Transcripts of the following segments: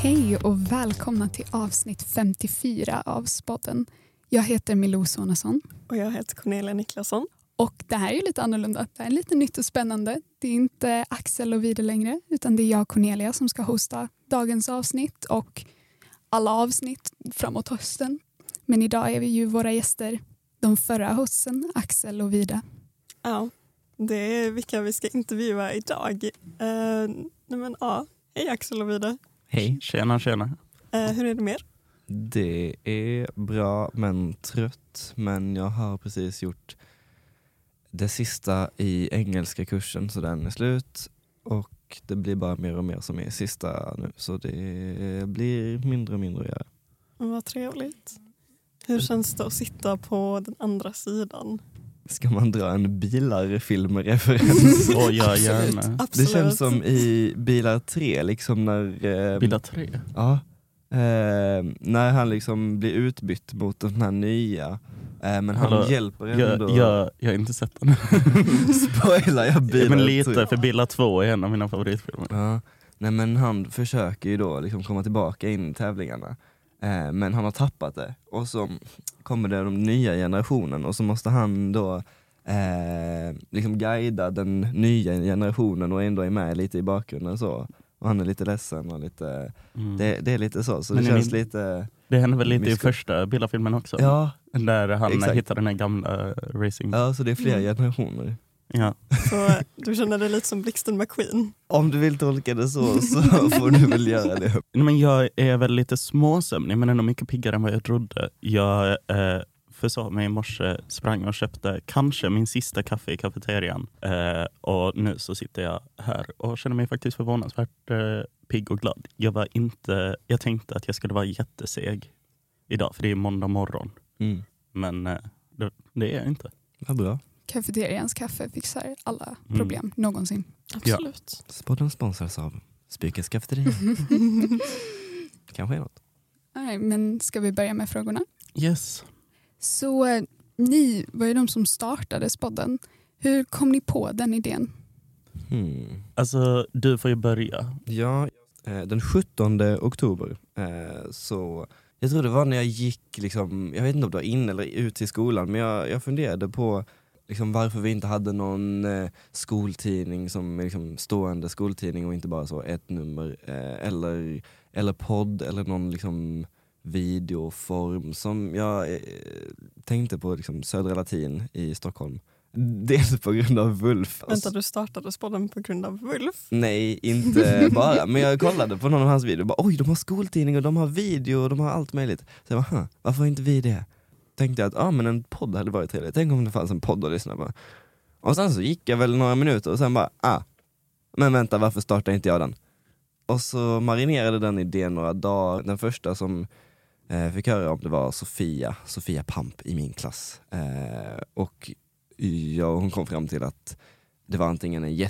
Hej och välkomna till avsnitt 54 av Spodden. Jag heter Milou Sonesson. Och jag heter Cornelia Niklasson. Och det här är ju lite annorlunda. Det är lite nytt och spännande. Det är inte Axel och Vide längre, utan det är jag och Cornelia som ska hosta dagens avsnitt och alla avsnitt framåt hösten. Men idag är vi ju våra gäster de förra hösten, Axel och Vide. Ja, det är vilka vi ska intervjua idag. Hej Axel och Vide. Hej, tjena. Hur är det med er? Det är bra men trött, men jag har precis gjort det sista i engelska kursen så den är slut och det blir bara mer och mer som är sista nu så det blir mindre och mindre att göra. Vad trevligt. Hur känns det att sitta på den andra sidan? Ska man dra en Bilar-filmreferens? Ja, gärna. Absolut. Det känns som i Bilar 3 liksom när... Bilar 3? Ja. När han liksom blir utbytt mot den här nya. Men han hjälper ändå. Jag har inte sett den. Spoilar jag Bilar 3? Men lite, för Bilar 2 är en av mina favoritfilmer. Ja. Nej, men han försöker ju då liksom komma tillbaka in i tävlingarna. Men han har tappat det. Och så kommer det de nya generationen. Och så måste han då liksom guida den nya generationen. Och ändå är med lite i bakgrunden så. Och han är lite ledsen och lite... Det är lite så det känns lite... Det händer väl lite i första Bilar-filmen också? Ja. Där han exakt. hittar den här gamla racing. Ja, så det är flera generationer. Ja. Så du känner dig lite som Blixten McQueen? Om du vill tolka det så får du väl göra det. Men jag är väl lite småsömnig men ändå mycket piggare än vad jag trodde. Jag försov mig i morse, sprang och köpte kanske min sista kaffe i kafeterian. Och nu så sitter jag här och känner mig faktiskt förvånansvärt pigg och glad. Jag tänkte att jag skulle vara jätteseg idag för det är måndag morgon. Men det är jag inte. Vad bra. Kafeterians kaffe fixar alla problem någonsin. Absolut. Ja. Spodden sponsras av Spykes kafeteria. Kanske är något. Nej, men ska vi börja med frågorna? Yes. Så ni var ju de som startade Spodden. Hur kom ni på den idén? Alltså, du får ju börja. Ja, den 17 oktober så... Jag tror det var när jag gick, liksom, jag vet inte om det var in eller ut till skolan, men jag funderade på liksom, varför vi inte hade någon skoltidning som liksom, stående skoltidning och inte bara så ett nummer eller podd eller någon liksom, videoform som jag tänkte på liksom, Södra Latin i Stockholm. Dels på grund av Wulf. Vänta, du startade Spodden på grund av Wulf? Nej, inte bara. Men jag kollade på någon av hans videor och bara, oj, de har skoltidning och de har video och de har allt möjligt. Så jag bara, varför har inte vi det? Tänkte jag att men en podd hade varit trevligt. Tänk om det fanns en podd att lyssna på. Och sen så gick jag väl några minuter och sen bara, men vänta, varför startar inte jag den? Och så marinerade den idén några dagar. Den första som fick höra om det var Sofia Pamp i min klass. Och hon kom fram till att det var antingen en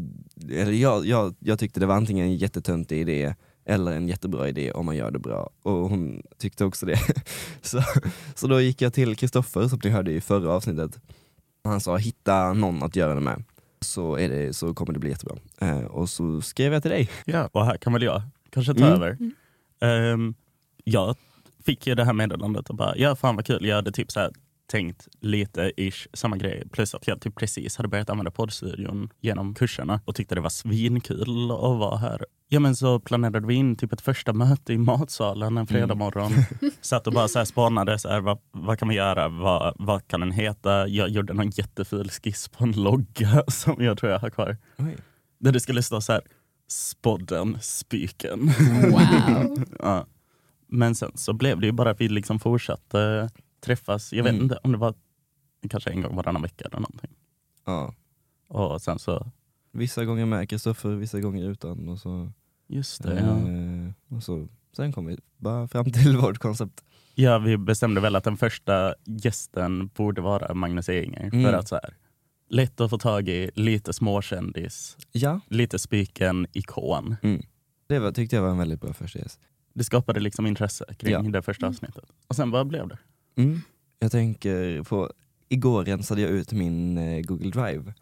jag tyckte det var antingen en jättetöntig idé eller en jättebra idé om man gör det bra. Och hon tyckte också det. så då gick jag till Kristoffer som ni hörde i förra avsnittet. Han sa, hitta någon att göra det med. Så kommer det bli jättebra. Och så skrev jag till dig. Ja, och här kan väl jag kanske ta över. Jag fick ju det här meddelandet och bara, ja fan vad kul. Jag hade typ så här tänkt lite samma grej. Plus att jag typ precis hade börjat använda poddstudion genom kurserna och tyckte det var svinkul att vara här. Ja, men så planerade vi in typ ett första möte i matsalen en fredag morgon. Satt och bara så här spanade så här, vad kan vi göra? Vad kan den heta? Jag gjorde någon jätteful skiss på en logga som jag tror jag har kvar. Oj. Där det skulle stå så här, Spodden, Spyken. Wow. Ja. Men sen så blev det ju bara att vi liksom fortsatte träffas. Jag vet inte om det var kanske en gång varannan vecka eller någonting. Ja. Och sen så... Vissa gånger med Kristoffer, vissa gånger utan. Och så, just det, ja. Och så, sen kom vi bara fram till vårt koncept. Ja, vi bestämde väl att den första gästen borde vara Magnus Ehinger. För att så här, lätt att få tag i, lite småkändis. Ja. Lite Spyken, ikon. Det tyckte jag var en väldigt bra första gäst. Det skapade liksom intresse kring det första avsnittet. Och sen vad blev det? Jag tänker på, igår rensade jag ut min Google Drive.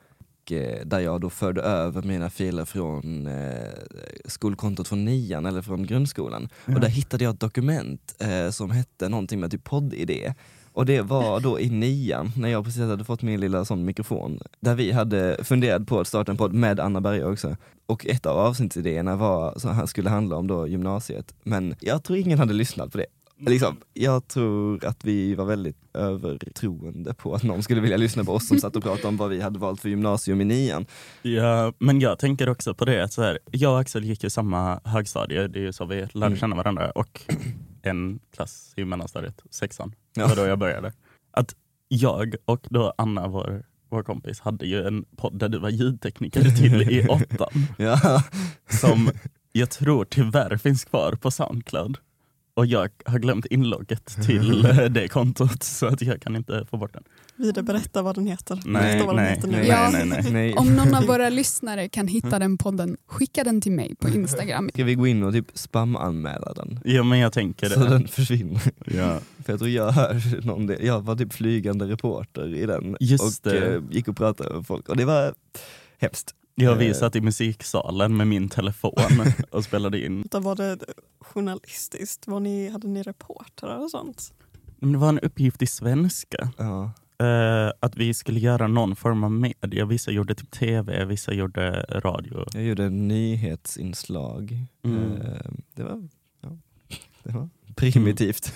där jag då förde över mina filer från skolkontot från 9 eller från grundskolan. Och där hittade jag ett dokument som hette någonting med typ poddidé. Och det var då i 9 när jag precis hade fått min lilla sån mikrofon. Där vi hade funderat på att starta en podd med Anna Berg också. Och ett av avsnittsidéerna var så här skulle handla om då gymnasiet. Men jag tror ingen hade lyssnat på det. Liksom, jag tror att vi var väldigt övertroende på att någon skulle vilja lyssna på oss som satt och pratade om vad vi hade valt för gymnasium i 9. Ja, men jag tänker också på det. Så här, jag och Axel gick i samma högstadie. Det är ju så vi lärde känna varandra. Och en klass i mellanstadiet, 6:an. Det var då jag började. Att jag och då Anna, vår kompis, hade ju en podd där du var ljudtekniker till i 8:an. Ja. Som jag tror tyvärr finns kvar på SoundCloud. Och jag har glömt inlogget till det kontot så att jag kan inte få bort den. Vida berätta vad den heter. Nej. Om någon av våra lyssnare kan hitta den podden, skicka den till mig på Instagram. Ska vi gå in och typ spamanmäla den? Ja, men jag tänker det. Så den försvinner. Ja. För jag tror jag hör någon det. Jag var typ flygande reporter i den. Just och det. Gick och pratade med folk. Och det var hemskt. Jag visat i musiksalen med min telefon och spelade in. Då var det journalistiskt? Hade ni reportrar och sånt? Men det var en uppgift i svenska. Ja. Att vi skulle göra någon form av media. Vissa gjorde typ tv, vissa gjorde radio. Jag gjorde nyhetsinslag. Det var primitivt.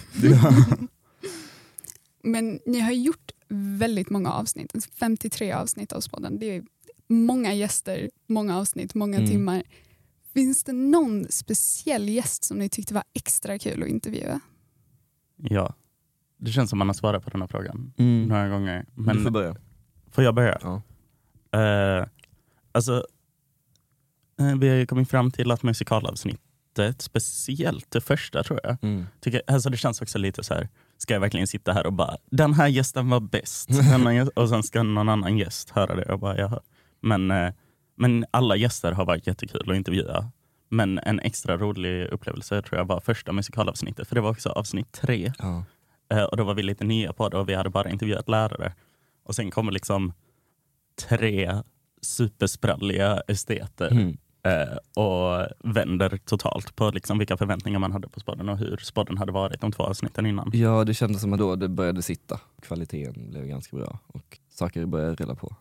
Men ni har gjort väldigt många avsnitt. 53 avsnitt av podden. Det är många gäster, många avsnitt, många timmar. Finns det någon speciell gäst som ni tyckte var extra kul att intervjua? Ja, det känns som man har svarat på den här frågan några gånger. Men Du får börja. Får jag börja? Ja. Vi har ju kommit fram till att musikalavsnittet, speciellt det första tror jag. Alltså det känns också lite så här, ska jag verkligen sitta här och bara, den här gästen var bäst. Och sen ska någon annan gäst höra det och bara, jaha. Men alla gäster har varit jättekul att intervjua. Men en extra rolig upplevelse tror jag var första musikalavsnittet. För det var också avsnitt 3. Ja. Och då var vi lite nya på det och vi hade bara intervjuat lärare. Och sen kommer liksom 3 superspralliga esteter och vänder totalt på liksom vilka förväntningar man hade på spodden och hur spodden hade varit de 2 avsnitten innan. Ja, det kändes som att då det började sitta. Kvaliteten blev ganska bra och saker började rulla på.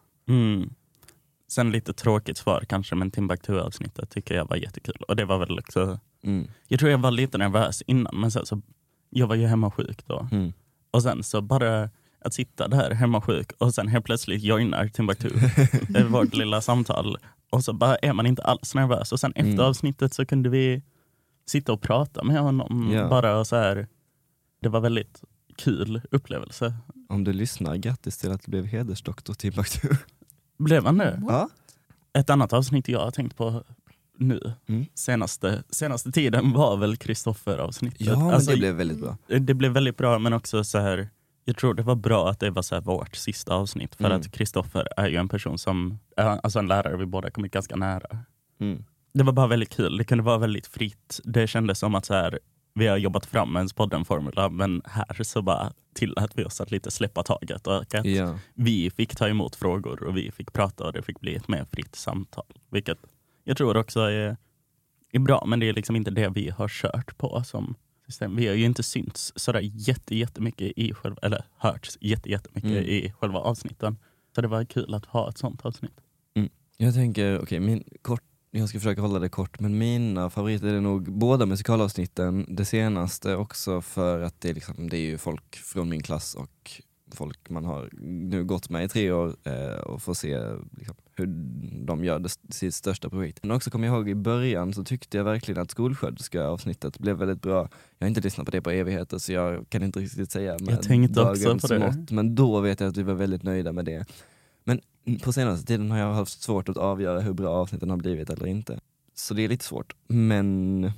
Sen lite tråkigt svar kanske, men Timbuktu-avsnittet tycker jag var jättekul. Och det var väl också... Jag tror jag var lite nervös innan, men sen så... Jag var ju hemma sjuk då. Och sen så bara att sitta där hemma sjuk och sen helt plötsligt joinar Timbuktu vårt lilla samtal. Och så bara är man inte alls nervös. Och sen efter avsnittet så kunde vi sitta och prata med honom. Ja. Bara och så här... Det var väldigt kul upplevelse. Om du lyssnar, grattis till att du blev hedersdoktor Timbuktu. Blev han det? Ja. Ett annat avsnitt jag har tänkt på nu, senaste tiden var väl Kristoffer-avsnittet. Ja, men alltså, det blev väldigt bra. Det blev väldigt bra, men också så här, jag tror det var bra att det var så här vårt sista avsnitt. För att Kristoffer är ju en person som, alltså en lärare vi båda kommit ganska nära. Det var bara väldigt kul, det kunde vara väldigt fritt. Det kändes som att så här, vi har jobbat fram en podden-formula, men här så bara tillät vi oss att lite släppa taget och att vi fick ta emot frågor och vi fick prata och det fick bli ett mer fritt samtal. Vilket jag tror också är bra, men det är liksom inte det vi har kört på som system. Vi har ju inte synts sådär jättemycket i själva, eller hörts jättemycket i själva avsnitten. Så det var kul att ha ett sånt avsnitt. Jag tänker, jag ska försöka hålla det kort, men mina favoriter är nog båda musikalavsnitten. Det senaste också för att det är ju folk från min klass och folk man har nu gått med i 3 år och får se liksom, hur de gör sitt största projekt. Men också kommer jag ihåg i början så tyckte jag verkligen att skolsköterska-avsnittet blev väldigt bra. Jag har inte lyssnat på det på evigheter så jag kan inte riktigt säga med jag tänkte också på det. Mått, men då vet jag att vi var väldigt nöjda med det. Men på senaste tiden har jag haft svårt att avgöra hur bra avsnitten har blivit eller inte. Så det är lite svårt. Men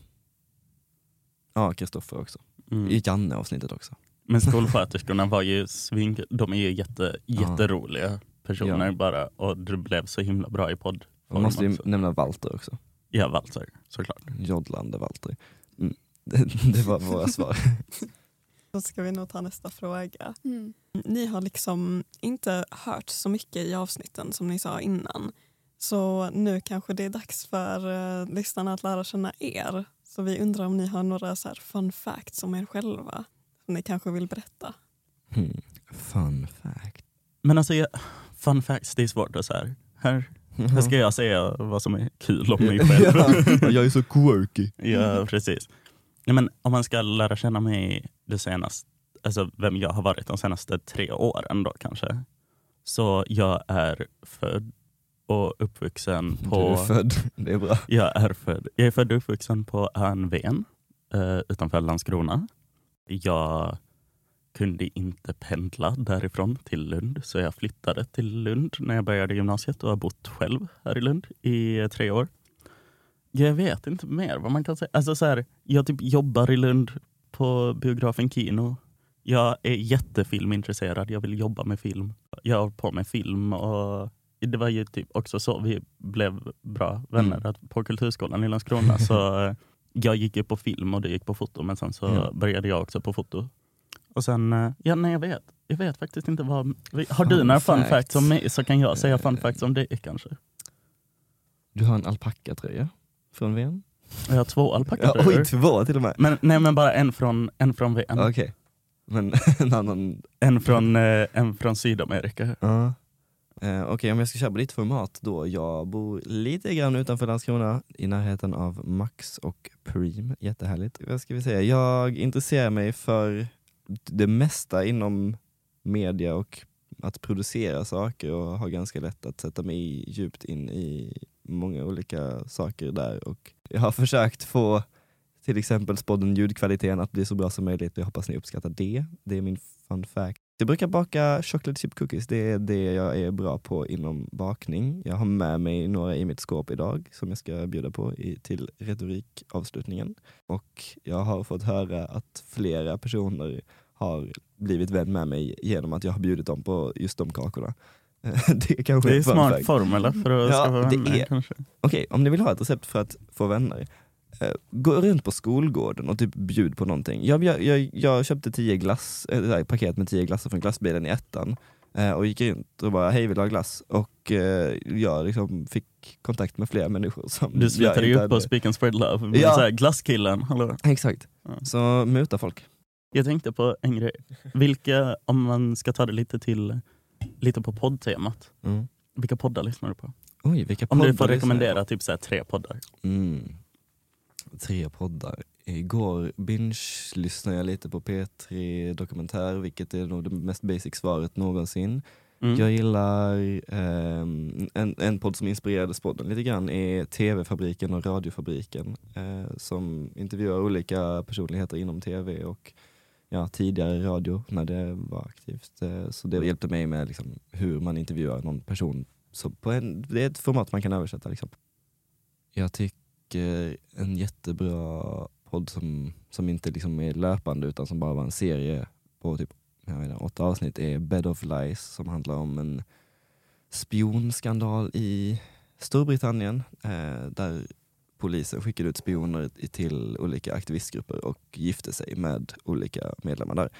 ja, Kristoffer också. I Janne-avsnittet också. Men skolsköterskorna var ju de är ju jätteroliga personer bara. Och det blev så himla bra i podd. Man måste ju nämna Walter också. Ja, Walter, såklart. Jodlande Walter. Det var våra svar. Då ska vi nog ta nästa fråga. Mm. Ni har liksom inte hört så mycket i avsnitten som ni sa innan. Så nu kanske det är dags för lyssnarna att lära känna er. Så vi undrar om ni har några så här fun facts om er själva som ni kanske vill berätta. Fun fact. Men alltså, fun facts, det är svårt att så här ska jag säga vad som är kul om mig själv. Ja, jag är så quirky. Ja, precis. Ja, men om man ska lära känna mig det senaste, alltså vem jag har varit de senaste 3 åren då kanske. Så jag är född och uppvuxen på... Du är född, det är bra. Jag är född och uppvuxen på ön Ven utanför Landskrona. Jag kunde inte pendla därifrån till Lund, så jag flyttade till Lund när jag började gymnasiet och har bott själv här i Lund i 3 år. Jag vet inte mer vad man kan säga. Alltså så här, jag typ jobbar i Lund på biografen Kino. Jag är jättefilmintresserad, jag vill jobba med film. Jag har på med film och det var ju typ också så vi blev bra vänner att på Kulturskolan i Landskrona. Så jag gick ju på film och du gick på foto, men sen så började jag också på foto. Och sen, jag vet faktiskt inte vad... Har du några fun facts om mig så kan jag säga fun facts om dig kanske. Du har en alpackatröja från Ven? Jag har 2 alpackatröjor. Oj, 2 till och med. Men bara en från Ven. Okej. Men en annan... En från Sydamerika. Ja. Okej, om jag ska köra på ditt format då. Jag bor lite grann utanför Landskrona, i närheten av Max och Preem. Jättehärligt. Vad ska vi säga? Jag intresserar mig för det mesta inom media och att producera saker, och har ganska lätt att sätta mig djupt in i många olika saker där. Och jag har försökt få till exempel podden ljudkvaliteten att bli så bra som möjligt. Jag hoppas ni uppskattar det. Det är min fun fact. Jag brukar baka chocolate chip cookies. Det är det jag är bra på inom bakning. Jag har med mig några i mitt skåp idag som jag ska bjuda på till retorikavslutningen. Och jag har fått höra att flera personer har blivit vän med mig genom att jag har bjudit dem på just de kakorna. Det är en smart formel för att skaffa vänner kanske. Okej, om ni vill ha ett recept för att få vänner, gå runt på skolgården och typ bjud på någonting. Jag köpte 10 paket med 10 glassar från glassbilen i 1:an och gick runt och bara, hej, vill du ha glass? Och jag liksom fick kontakt med flera människor som... Du slutade ju upp på Speak and Spread Love. Ja. Så här, glasskillen, hallå. Exakt. Ja. Så muta folk. Jag tänkte på en grej. Vilka, om man ska ta det lite på poddtemat. Vilka poddar lyssnar du på? Oj, vilka poddar? Om du får rekommendera typ så här 3 poddar. 3 poddar. Igår binge-lyssnade jag lite på P3 Dokumentär, vilket är nog det mest basic svaret någonsin. Jag gillar en podd som inspirerade podden lite grann är TV-fabriken och radiofabriken, som intervjuar olika personligheter inom TV och tidigare radio när det var aktivt. Så det hjälpte mig med liksom, hur man intervjuar någon person. Så det är ett format man kan översätta. Liksom. Jag tycker en jättebra podd som inte liksom är löpande utan som bara var en serie på typ 8 avsnitt är Bed of Lies, som handlar om en spionskandal i Storbritannien där polisen skickade ut spioner till olika aktivistgrupper och gifte sig med olika medlemmar där.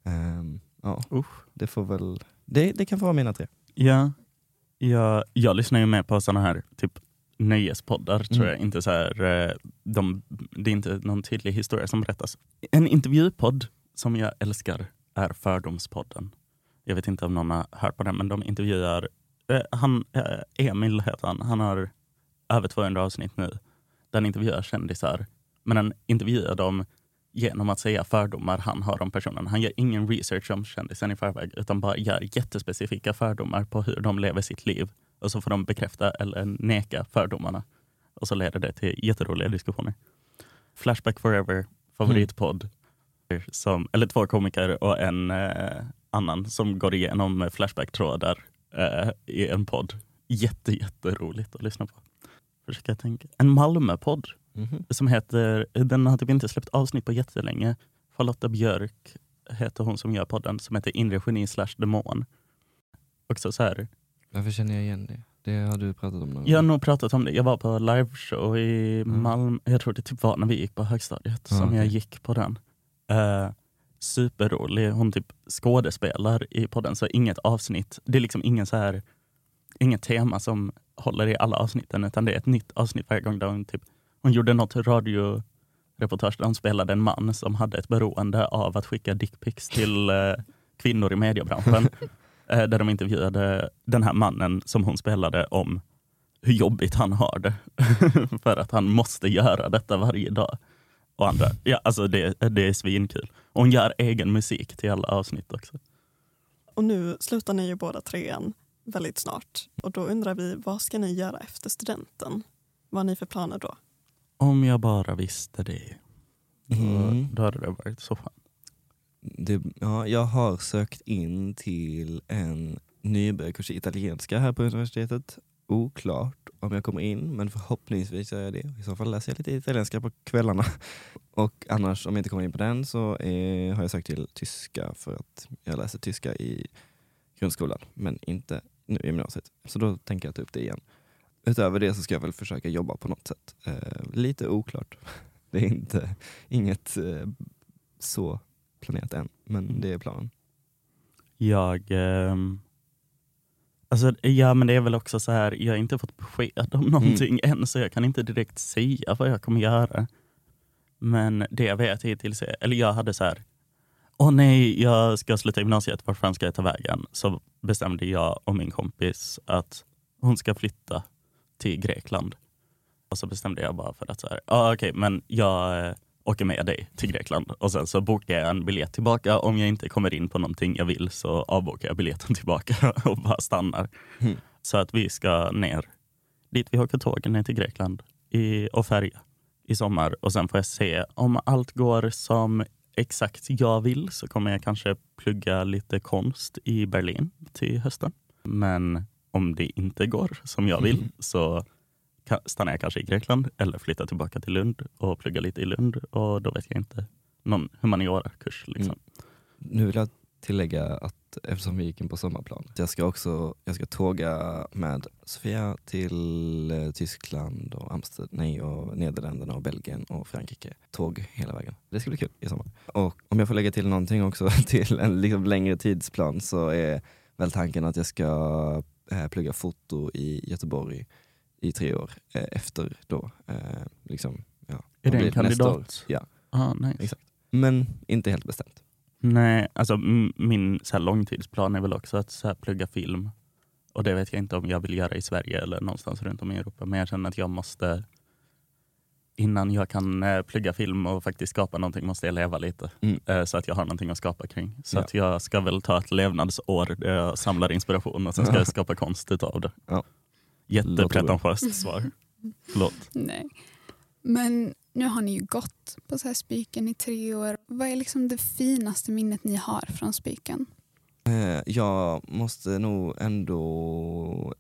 Det får väl... Det kan få vara mina 3. Ja, jag lyssnar ju med på såna här typ nöjespoddar, tror jag. Inte så här, det är inte någon tydlig historia som berättas. En intervjupodd som jag älskar är Fördomspodden. Jag vet inte om någon har hört på den, men de intervjuar... Emil heter han. Han har över 200 avsnitt nu. Den intervjuar kändisar, men han intervjuar dem genom att säga fördomar han har om personen. Han gör ingen research om kändisen i förväg, utan bara gör jättespecifika fördomar på hur de lever sitt liv. Och så får de bekräfta eller neka fördomarna. Och så leder det till jätteroliga diskussioner. Flashback Forever, favoritpodd. Eller 2 komiker och en annan som går igenom Flashback-trådar i en podd. Jätteroligt att lyssna på. Försöker jag tänka. En Malmö-podd som heter, den har typ inte släppt avsnitt på jättelänge. Charlotta Björk heter hon som gör podden, som heter Inre Geni / Demon. Också så här. Varför känner jag igen det? Det har du pratat om någon gång. Jag har nog pratat om det. Jag var på liveshow i Malmö. Jag tror det typ var när vi gick på högstadiet som jag gick på den. superrolig. Hon typ skådespelar i podden, så inget avsnitt, det är liksom inget tema som håller i alla avsnitten, utan det är ett nytt avsnitt varje gång där hon gjorde något radioreportage där hon spelade en man som hade ett beroende av att skicka dickpics till kvinnor i mediebranschen. Där de intervjuade den här mannen som hon spelade om hur jobbigt han har det. För att han måste göra detta varje dag. Och andra. Ja, alltså det är svinkul. Och hon gör egen musik till alla avsnitt också. Och nu slutar ni ju båda 3:an väldigt snart. Och då undrar vi, vad ska ni göra efter studenten? Vad har ni för planer då? Om jag bara visste det. Då hade det varit så fan. Jag har sökt in till en nybörjarkurs i italienska här på universitetet. Oklart om jag kommer in, men förhoppningsvis gör jag det. I så fall läser jag lite italienska på kvällarna. Och annars, om jag inte kommer in på den, så har jag sökt till tyska, för att jag läser tyska i grundskolan, men inte nu i gymnasiet. Så då tänker jag ta upp det igen. Utöver det så ska jag väl försöka jobba på något sätt. Lite oklart. Det är inget så planerat än, men det är planen. Men det är väl också så här, jag har inte fått besked om någonting än, så jag kan inte direkt säga vad jag kommer göra. Men det jag vet hittills är, eller jag hade så här, nej, jag ska sluta gymnasiet, var fan ska jag ta vägen? Så bestämde jag och min kompis att hon ska flytta till Grekland. Och så bestämde jag bara för att så här, okej, men jag åker med dig till Grekland. Och sen så bokar jag en biljett tillbaka. Om jag inte kommer in på någonting jag vill, så avbokar jag biljetten tillbaka och bara stannar. Så att vi ska ner dit vi åker tågen ner till Grekland och färja i sommar. Och sen får jag se om allt går som exakt jag vill, så kommer jag kanske plugga lite konst i Berlin till hösten. Men om det inte går som jag vill, så stannar jag kanske i Grekland eller flyttar tillbaka till Lund och pluggar lite i Lund, och då vet jag inte, någon humaniora-kurs liksom. Nu vill jag tillägga att eftersom vi gick in på sommarplan, jag ska tåga med Sofia till Tyskland och och Nederländerna och Belgien och Frankrike. Tåg hela vägen. Det ska bli kul i sommar. Och om jag får lägga till någonting också till en liksom längre tidsplan, så är väl tanken att jag ska plugga foto i Göteborg i 3 år efter då. Är det en kandidat? Ja. Nice. Exakt. Men inte helt bestämt. Nej, alltså min så här långtidsplan är väl också att så här plugga film. Och det vet jag inte om jag vill göra i Sverige eller någonstans runt om i Europa. Men jag känner att jag måste, innan jag kan plugga film och faktiskt skapa någonting, måste jag leva lite. Så att jag har någonting att skapa kring. Så att jag ska väl ta ett levnadsår där jag samlar inspiration och sen ska jag skapa konst utav det. Ja. Jättepretentiöst svar. Förlåt. Nej. Men nu har ni ju gått på så här Spiken i 3 år. Vad är liksom det finaste minnet ni har från Spiken? Jag måste nog ändå,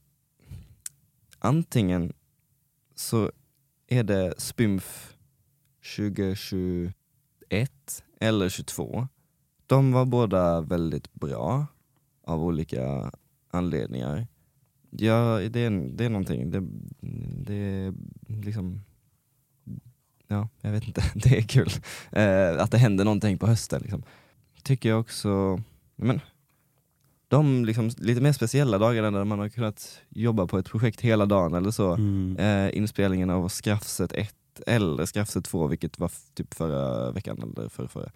antingen så är det Spymf 2021 eller 22. De var båda väldigt bra av olika anledningar. Ja, det är någonting. Det är liksom, ja, jag vet inte. Det är kul att det händer någonting på hösten liksom. Tycker jag också, men de liksom lite mer speciella dagarna där man har kunnat jobba på ett projekt hela dagen eller så. Inspelningen av Skrafset 1 eller Skrafset 2, vilket var typ förra veckan eller förra.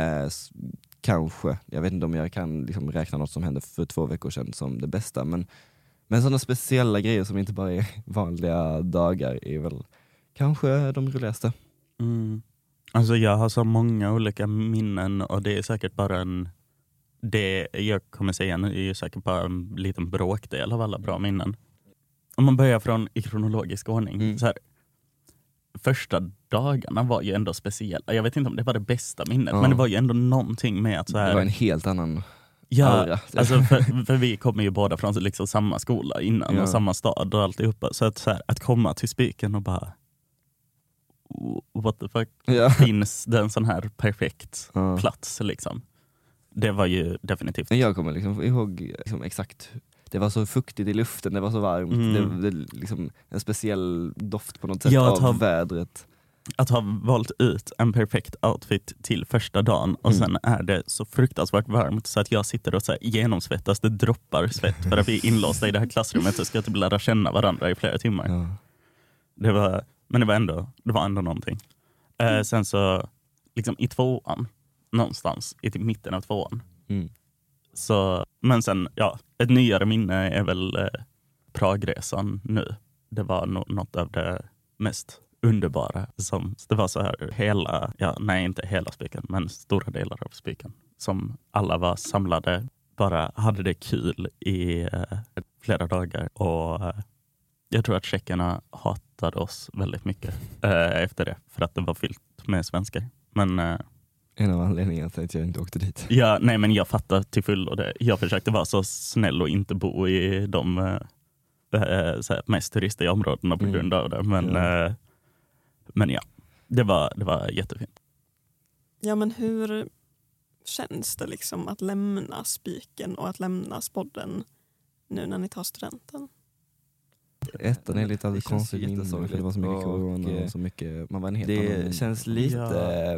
Kanske, jag vet inte om jag kan liksom räkna något som hände för 2 veckor sedan som det bästa, men sådana speciella grejer som inte bara är vanliga dagar är väl kanske de roligaste. Alltså jag har så många olika minnen, och det är säkert bara det jag kommer säga nu är ju säkert bara en liten bråkdel av alla bra minnen. Om man börjar från i kronologisk ordning. Så här, första dagarna var ju ändå speciella. Jag vet inte om det var det bästa minnet, men det var ju ändå någonting med att så här, det var en helt annan aura. Alltså för vi kommer ju båda från liksom samma skola innan och samma stad och alltihopa. Så att komma till Spiken och bara what the fuck, finns det en sån här perfekt plats liksom. Det var ju definitivt. Jag kommer liksom ihåg liksom exakt. Det var så fuktigt i luften, det var så varmt. Det liksom en speciell doft på något sätt av vädret. att ha valt ut en perfekt outfit till första dagen och sen är det så fruktansvärt varmt så att jag sitter och så här genomsvettas, det droppar svett för att vi är inlåsta i det här klassrummet och ska typ lära känna varandra i flera timmar. Ja. Men det var ändå någonting. Sen så liksom i 2:an någonstans i typ mitten av 2:an. Så, men sen, ett nyare minne är väl Pragresan nu. Det var något av det mest underbara. Det var så här inte hela Spiken, men stora delar av Spiken. Som alla var samlade, bara hade det kul i flera dagar. Och jag tror att tjeckerna hatade oss väldigt mycket efter det. För att det var fyllt med svenskar. Men... en av anledningarna till att jag inte åkte dit. Ja, nej men jag fattar till full och det. Jag försökte vara så snäll och inte bo i de så här, mest turistiga områdena på grund av det. Men ja, det var jättefint. Ja, men hur känns det liksom att lämna Spiken och att lämna Spodden nu när ni tar studenten? Ettan är lite konstigt minne för det var så mycket corona och så mycket, man var en helt annan. Det känns lite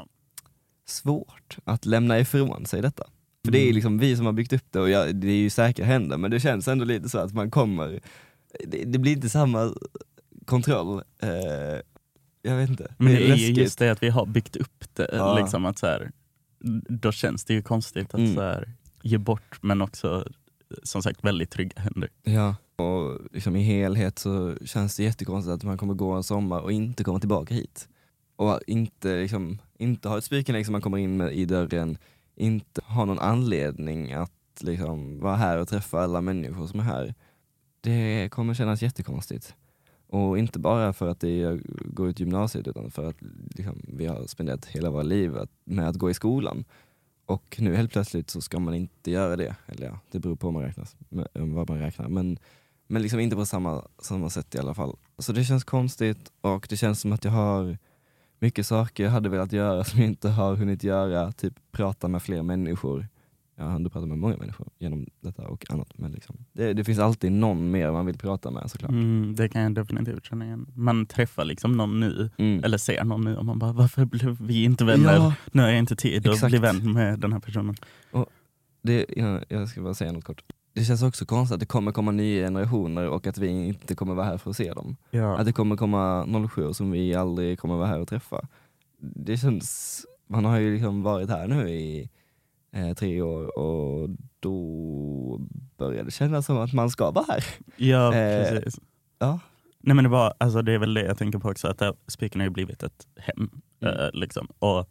svårt att lämna ifrån sig detta. För det är liksom vi som har byggt upp det och det är ju säkra händer, men det känns ändå lite så att man kommer, det blir inte samma kontroll. Jag vet inte. Men det är ju just det att vi har byggt upp det liksom att så här, då känns det ju konstigt att så här, ge bort, men också som sagt väldigt trygga händer. Ja. Och liksom i helhet så känns det jättekonstigt att man kommer gå en sommar och inte komma tillbaka hit. Och inte ha ett Spiken som man kommer in med i dörren, inte ha någon anledning att liksom vara här och träffa alla människor som är här. Det kommer kännas jättekonstigt. Och inte bara för att det går ut gymnasiet, utan för att liksom, vi har spenderat hela våra liv med att gå i skolan. Och nu helt plötsligt så ska man inte göra det. Eller ja, det beror på vad man räknar. Men liksom inte på samma sätt i alla fall. Så det känns konstigt och det känns som att jag har mycket saker jag hade velat göra som jag inte har hunnit göra. Typ prata med fler människor. Jag har ändå pratat med många människor genom detta och annat. Men liksom, det finns alltid någon mer man vill prata med såklart. Det kan jag definitivt känna igen. Man träffar liksom någon ny eller ser någon ny och man bara, varför blev vi inte vänner? Ja, nu har jag inte tid att bli vän med den här personen. Och jag ska bara säga något kort. Det känns också konstigt att det kommer komma nya generationer och att vi inte kommer vara här för att se dem. Ja. Att det kommer komma 07 som vi aldrig kommer vara här och träffa. Det känns, man har ju liksom varit här nu i 3 år och då börjar det kännas som att man ska vara här. Ja, precis. Ja. Nej, men det är väl det jag tänker på också, att Spiken har ju blivit ett hem. Liksom. Och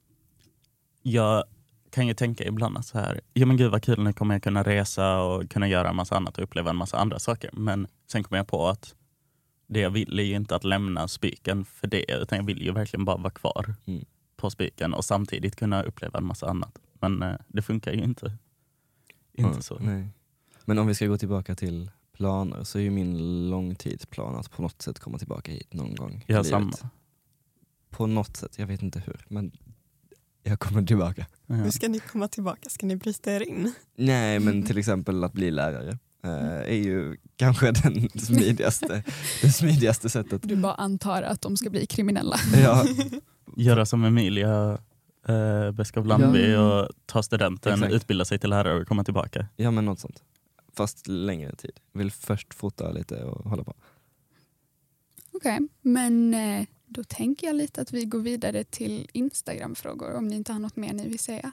jag kan ju tänka ibland att så här, ja men gud vad kul, nu kommer jag kunna resa och kunna göra en massa annat och uppleva en massa andra saker. Men sen kommer jag på att det jag vill är ju inte att lämna Spiken för det, utan jag vill ju verkligen bara vara kvar på Spiken och samtidigt kunna uppleva en massa annat. Men det funkar ju inte så. Nej. Men om vi ska gå tillbaka till planer så är ju min långtidsplan att på något sätt komma tillbaka hit någon gång. Ja, samma. På något sätt, jag vet inte hur, men jag kommer tillbaka. Ja. Hur ska ni komma tillbaka? Ska ni bryta er in? Nej, men till exempel att bli lärare är ju kanske det smidigaste sättet. Du bara antar att de ska bli kriminella. Ja. Göra som Emilia Beskow Landby och ta studenten, utbilda sig till lärare och komma tillbaka. Ja, men något sånt. Fast längre tid. Vill först fota lite och hålla på. Okej, men då tänker jag lite att vi går vidare till Instagram-frågor om ni inte har något mer ni vill säga.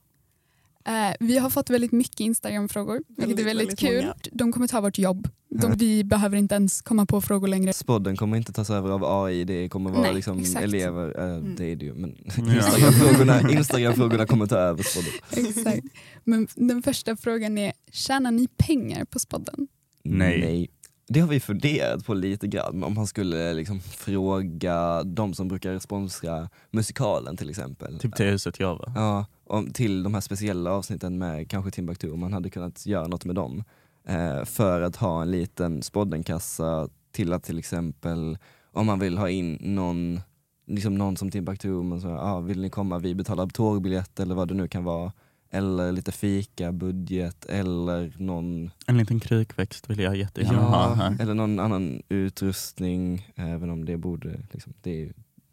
Vi har fått väldigt mycket Instagram-frågor, vilket är väldigt kul. Många. De kommer ta vårt jobb. Vi behöver inte ens komma på frågor längre. Spodden kommer inte tas över av AI, det kommer vara elever. Det är det ju, men Instagram-frågorna kommer ta över Spodden. Exakt. Men den första frågan är, tjänar ni pengar på Spodden? Nej. Det har vi funderat på lite grann, om man skulle liksom fråga de som brukar sponsra musikalen till exempel. Typ till Huset Java. Ja, till de här speciella avsnitten med kanske Timbuktu, om man hade kunnat göra något med dem. För att ha en liten spoddenkassa till att till exempel, om man vill ha in någon som Timbuktu, men så, vill ni komma, vi betalar tågbiljett eller vad det nu kan vara. Eller lite fika, budget eller en liten krukväxt vill jag jättegärna ha här. Eller någon annan utrustning, även om det borde liksom, det är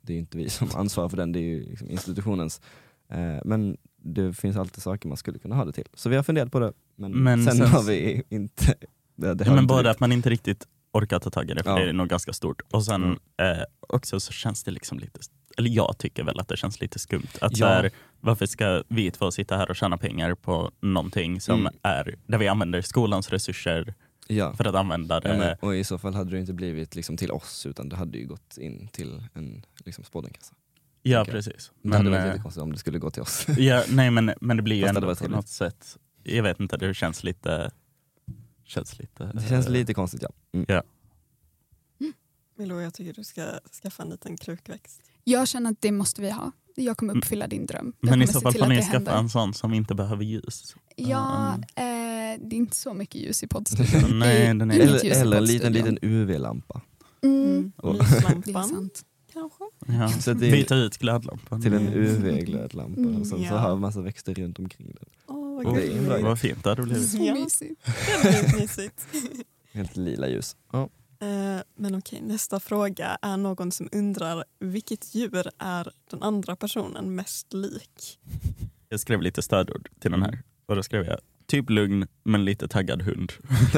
det är inte vi som ansvarar för den, det är ju liksom institutionens. Men det finns alltid saker man skulle kunna ha det till. Så vi har funderat på det, men sen har vi inte... Men både att man inte riktigt orkar ta tag i det, för det är nog ganska stort. Och sen också så känns det liksom lite... Eller jag tycker väl att det känns lite skumt. Att så här, varför ska vi två sitta här och tjäna pengar på någonting som är... Där vi använder skolans resurser för att använda det. Och i så fall hade det inte blivit liksom till oss, utan det hade ju gått in till en liksom spoddenkassa. Ja, precis. Men det hade varit lite konstigt om det skulle gå till oss. Ja, nej, men det blir ju ändå på något sätt... Jag vet inte, det känns lite... Det känns lite konstigt, ja. Milo, jag tycker du ska skaffa en liten krukväxt. Jag känner att det måste vi ha. Jag kommer uppfylla din dröm. Men i så fall får ni skaffa en sån som inte behöver ljus. Ja, det är inte så mycket ljus i poddstudion. Nej, den är eller en liten UV-lampa. Lyslampan, kanske. Ja. Så byta ut glödlampan. Till en UV-glödlampa. Och sen så har massa växter runt omkring den. Vad fint det hade blivit. Så mysigt. Väldigt mysigt. Helt lila ljus. Ja. Men okej, nästa fråga är någon som undrar vilket djur är den andra personen mest lik? Jag skrev lite stödord till den här. Och då skrev jag typ lugn men lite taggad hund.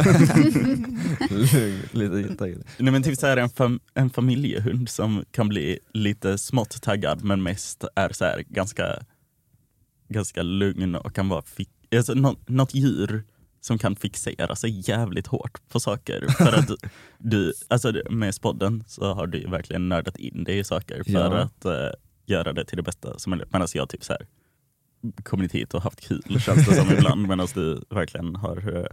Lugn, lite taggad. Nej, men typ så här en familjehund som kan bli lite smått taggad men mest är så här ganska lugn och kan vara alltså, något djur som kan fixera sig jävligt hårt på saker. För att du, alltså med spodden så har du verkligen nördat in dig i saker för att göra det till det bästa som möjligt. Medan jag typ så här kommit hit och haft kul, känns det som ibland, medan du verkligen har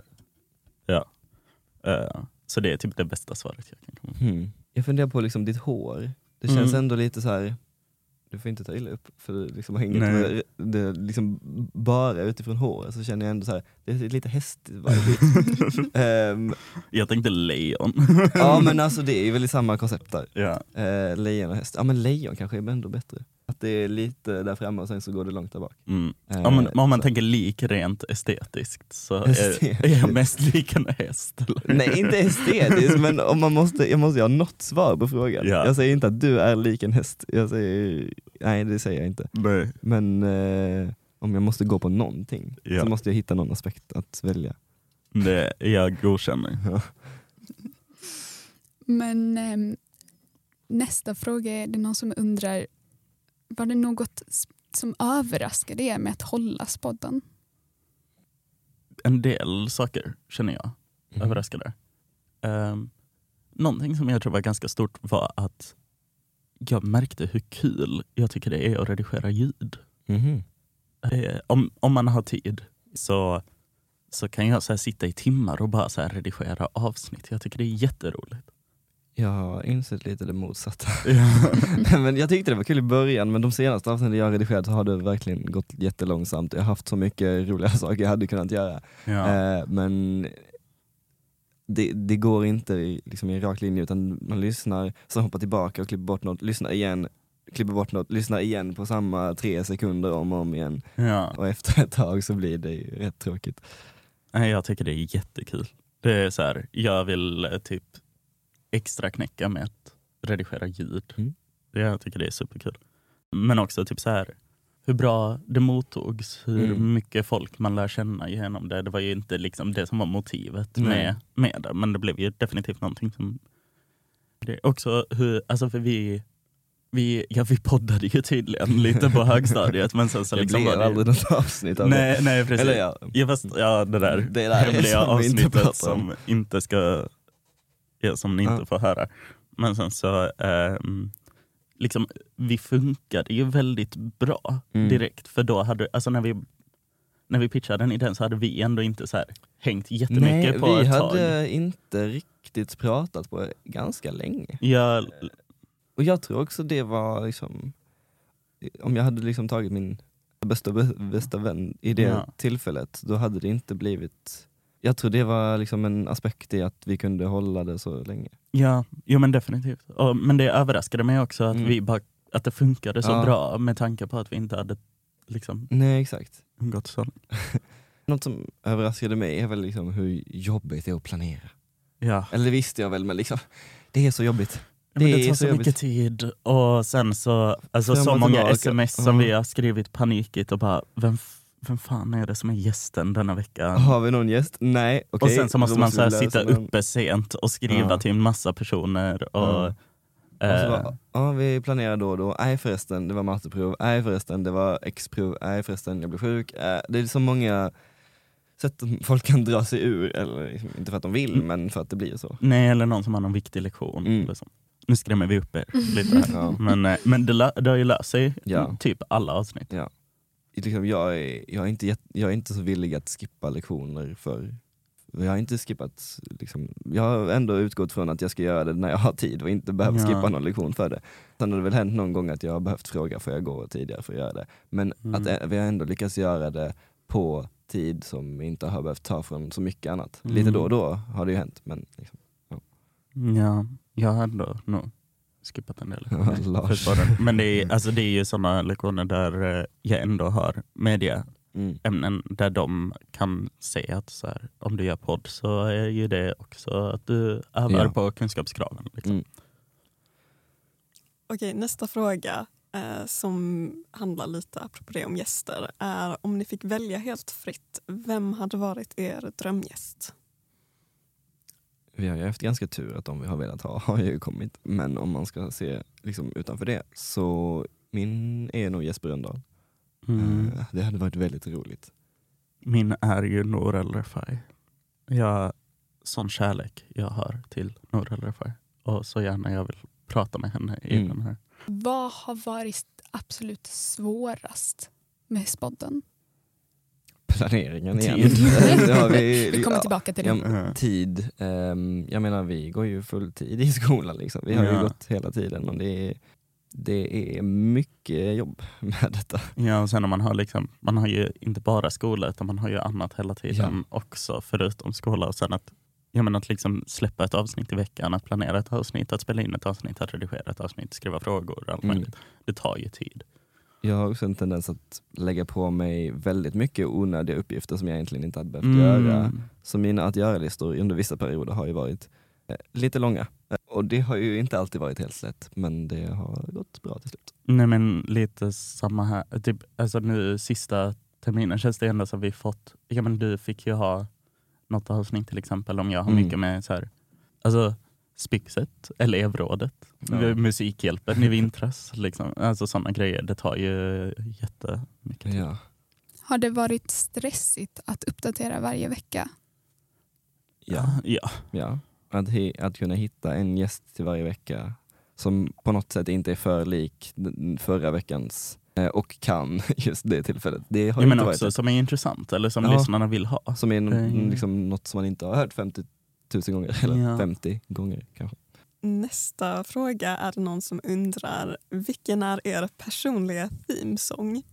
så det är typ det bästa svaret jag kan komma på. Jag funderar på liksom ditt hår. Det känns ändå lite så här. Du får inte ta illa upp, för det liksom har inget med det liksom bara utifrån håret, så känner jag ändå så här, det är lite hästigt. Jag tänkte lejon. Ja, men alltså det är väl i samma koncept där. Ja. Lejon och häst. Ja, men lejon kanske är ändå bättre. Att det är lite där framme och sen så går det långt där bak. Om man tänker lik rent estetiskt så är jag mest lik en häst. Eller? Nej, inte estetiskt, men om jag måste ha något svar på frågan. Ja. Jag säger inte att du är lik en häst. Nej, det säger jag inte. Nej. Men om jag måste gå på någonting så måste jag hitta någon aspekt att välja. Det jag godkänner. Ja. Men nästa fråga är det någon som undrar, var det något som överraskade er med att hålla spodden? En del saker känner jag överraskade. Någonting som jag tror var ganska stort var att jag märkte hur kul jag tycker det är att redigera ljud. Om man har tid så kan jag så här sitta i timmar och bara så här redigera avsnitt. Jag tycker det är jätteroligt. Jag har insett lite det motsatta. Men jag tyckte det var kul i början, men de senaste avsnitten jag har redigerat så har det verkligen gått jättelångsamt. Jag har haft så mycket roliga saker jag hade kunnat göra. Men det går inte liksom i en rak linje, utan man lyssnar, så hoppar tillbaka och klipper bort något, lyssnar igen, klipper bort något, lyssnar igen på samma 3 sekunder om och om igen. Och efter ett tag så blir det ju rätt tråkigt. Jag tycker det är jättekul. Det är så här, jag vill typ extra knäcka med att redigera ljud. Jag tycker det är superkul. Men också typ så här, hur bra det mottogs, hur mycket folk man lär känna genom det. Det var ju inte liksom det som var motivet med det, men det blev ju definitivt någonting som det också hur, alltså för vi poddade ju tydligen lite på högstadiet, men sen så det liksom blev var det aldrig något avsnitt av det. Nej, precis. Eller det där hemliga avsnittet som inte ska som ni inte får höra. Men sen så liksom vi funkade ju väldigt bra direkt, för då hade, alltså när vi pitchade den idén så hade vi ändå inte så här hängt jättemycket på ett tag. Vi hade inte riktigt pratat på ganska länge. Ja. Och jag tror också det var liksom, om jag hade liksom tagit min bästa vän i det tillfället, då hade det inte blivit. Jag tror det var liksom en aspekt i att vi kunde hålla det så länge. Ja, men definitivt. Men det överraskade mig också att att det funkade så bra, med tanke på att vi inte hade liksom. Nej, exakt. Gått så. Något som överraskade mig är väl liksom hur jobbigt det är att planera. Ja. Eller det visste jag väl, men liksom det är så jobbigt. Det tar är så jobbigt. mycket tid och sen så, alltså Fram så och många tillbaka. sms som vi har skrivit panikigt och bara, vem fan är det som är gästen denna vecka? Har vi någon gäst? Nej. Och Okej, sen så måste då man så här vi sitta lösa den. uppe sent och skriva Ja. till en massa personer. Och, Och så bara, vi planerar då och då. Nej förresten, det var matteprov. Nej förresten, det var X-prov. Nej förresten, jag blev sjuk. Det är så många sätt att folk kan dra sig ur. Eller liksom, inte för att de vill, men för att det blir så. nej, eller någon som har någon viktig lektion. Liksom. Nu skrämmer vi upp er lite här. Ja. Men det har ju löst sig Ja. typ alla avsnitt. Ja. Liksom, jag är inte så villig att skippa lektioner för jag har inte skippat, liksom, jag har ändå utgått från att jag ska göra det när jag har tid och inte behöver skippa någon lektion för det. Sen har det väl hänt någon gång att jag har behövt fråga, får jag gå tidigare för att göra det? Men att vi har ändå lyckats göra det på tid som inte har behövt ta från så mycket annat. Lite då och då har det ju hänt. Men, liksom, ja, jag har ändå nog skippat en del. Lars. Men det är ju sådana lektioner där jag ändå har mediaämnen där de kan säga att så här, om du gör podd så är ju det också att du övar på kunskapskraven. Liksom. Okej, nästa fråga som handlar lite apropå det om gäster är om ni fick välja helt fritt, vem hade varit er drömgäst? Vi har ju haft ganska tur att de vi har velat ha har ju kommit. Men om man ska se liksom, utanför det så min är nog Jesper Rönndahl. Det hade varit väldigt roligt. Min är ju Nour El Refai. Sån kärlek jag har till Nour El Refai. Och så gärna jag vill prata med henne i den här. Vad har varit absolut svårast med spodden? Planeringen igen. Tid. Vi kommer tillbaka till det. Tid. Jag menar vi går ju full tid i skolan liksom. Vi har ju gått hela tiden och det är mycket jobb med detta. Ja, och sen man har ju inte bara skola utan man har ju annat hela tiden också förutom skola. Och sen att liksom släppa ett avsnitt i veckan, att planera ett avsnitt, att spela in ett avsnitt, att redigera ett avsnitt, skriva frågor, allt möjligt. Det tar ju tid. Jag har också en tendens att lägga på mig väldigt mycket onödiga uppgifter som jag egentligen inte hade behövt göra. Så mina att göra-listor under vissa perioder har ju varit lite långa. Och det har ju inte alltid varit helt lätt, men det har gått bra till slut. Nej, men lite samma här. Typ, alltså nu sista terminen känns det ändå som vi fått, du fick ju ha något avsnitt till exempel om jag har mycket med så här, alltså Spixet, elevrådet, musikhjälpen i vintras, liksom. Alltså sådana grejer, det tar ju jättemycket tid. Ja. Har det varit stressigt att uppdatera varje vecka? Ja. Att kunna hitta en gäst till varje vecka som på något sätt inte är för lik förra veckans och kan just det tillfället. Det har men inte också varit som är intressant eller som lyssnarna vill ha. Som är liksom något som man inte har hört 50 000 gånger eller 50 gånger kanske. Nästa fråga är det någon som undrar, vilken är er personliga themesång?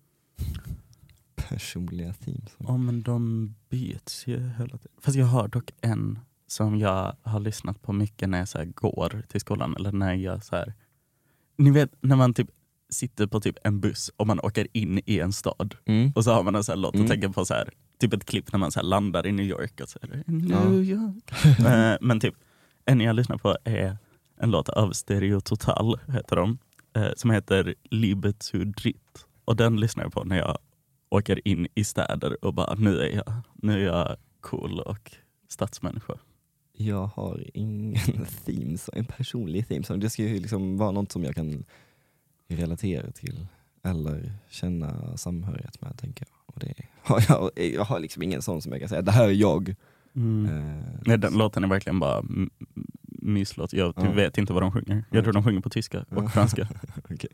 Personliga themesång? Ja, men de byts ju hela tiden. Fast jag har dock en som jag har lyssnat på mycket när jag så här går till skolan eller när jag så här, ni vet när man typ sitter på typ en buss och man åker in i en stad och så har man en så här låt och tänker på så här typ ett klipp när man så här landar i New York och så här, New York. Men typ en jag lyssnar på är en låt av Stereo Total heter de, som heter Liebe zu dritt, och den lyssnar jag på när jag åker in i städer och bara nu är jag cool och stadsmänniska. Jag har ingen themesång, en personlig themesång. Det ska ju liksom vara något som jag kan relatera till eller känna samhörighet med, tänker jag. Och det har jag har liksom ingen sån som jag kan säga, det här är jag. Nej, den låten är verkligen bara myslåt. Jag vet inte vad de sjunger. Jag tror de sjunger på tyska och franska. Okay.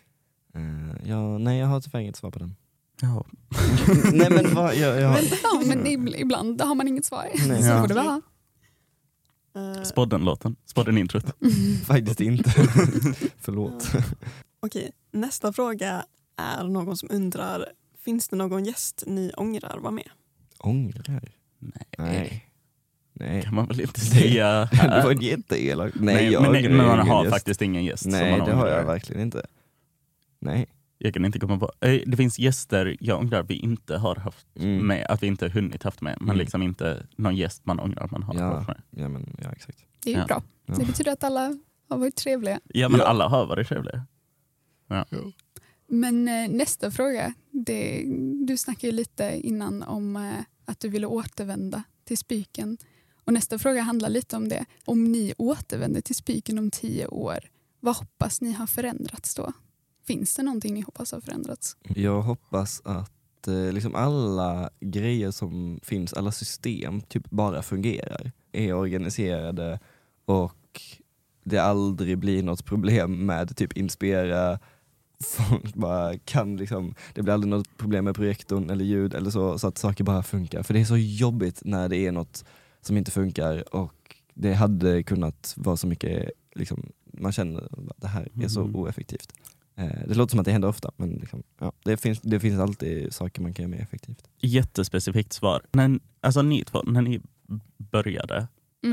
Nej, jag har tyvärr inget svar på den. Ja. Nej, men vad? Men ibland har man inget svar. Nej. Så får det vara. Spodden-låten. Spodden-introt. Faktiskt inte. Förlåt. Okej, nästa fråga är någon som undrar, finns det någon gäst ni ångrar var med? Ångrar? Nej. Kan man väl inte säga här. Det var jätteelakt. Nej, men man har faktiskt ingen gäst. Nej, som man det har jag verkligen inte. Nej. Jag kan inte komma på. Det finns gäster jag ångrar vi inte har haft med, att vi inte hunnit haft med, men liksom inte någon gäst man ångrar man har haft med. Ja, exakt. Det är ju bra. Det betyder att alla har varit trevliga. Ja, men alla har varit trevliga. Ja. Men nästa fråga, du snackade ju lite innan om att du ville återvända till Spiken. Och nästa fråga handlar lite om det. Om ni återvänder till Spiken om 10 år, vad hoppas ni har förändrats då? Finns det någonting ni hoppas har förändrats? Jag hoppas att liksom alla grejer som finns, alla system typ bara fungerar, är organiserade och det aldrig blir något problem med typ inspirera folk. Bara kan liksom, det blir aldrig något problem med projektorn eller ljud eller så att saker bara funkar. För det är så jobbigt när det är något som inte funkar och det hade kunnat vara så mycket liksom, man känner att det här är så oeffektivt. Det låter som att det händer ofta, men liksom, ja, det finns alltid saker man kan göra mer effektivt. Jättespecifikt svar. Ni två, när ni började,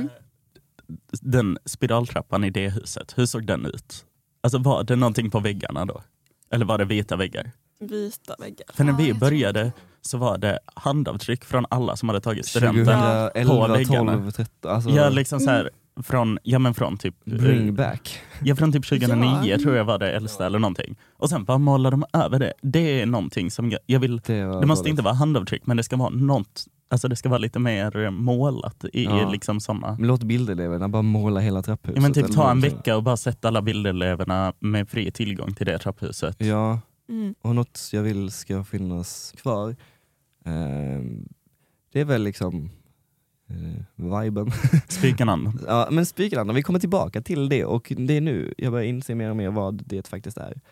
den spiraltrappan i det huset, hur såg den ut? Alltså var det någonting på väggarna då? Eller var det vita väggar? Vita väggar. För när vi började så var det handavtryck från alla som hade tagit studenten 2011, på väggarna. 12, 13, alltså, Ja, liksom så här från typ bring back. Ja, från typ 2009 tror jag var det äldsta eller någonting. Och sen bara målade de över det. Det är någonting som jag vill. Det måste inte vara handavtryck, men det ska vara något. Alltså det ska vara lite mer målat i liksom såna. Men låt bildereleverna bara måla hela trapphuset. Ja, men typ ta en vecka och bara sätta alla bildereleverna med fri tillgång till det trapphuset. Ja, och något jag vill ska finnas kvar. Det är väl liksom viben. Spikenandan. Ja, men Spikenandan, vi kommer tillbaka till det och det är nu jag börjar inse mer och mer vad det faktiskt är.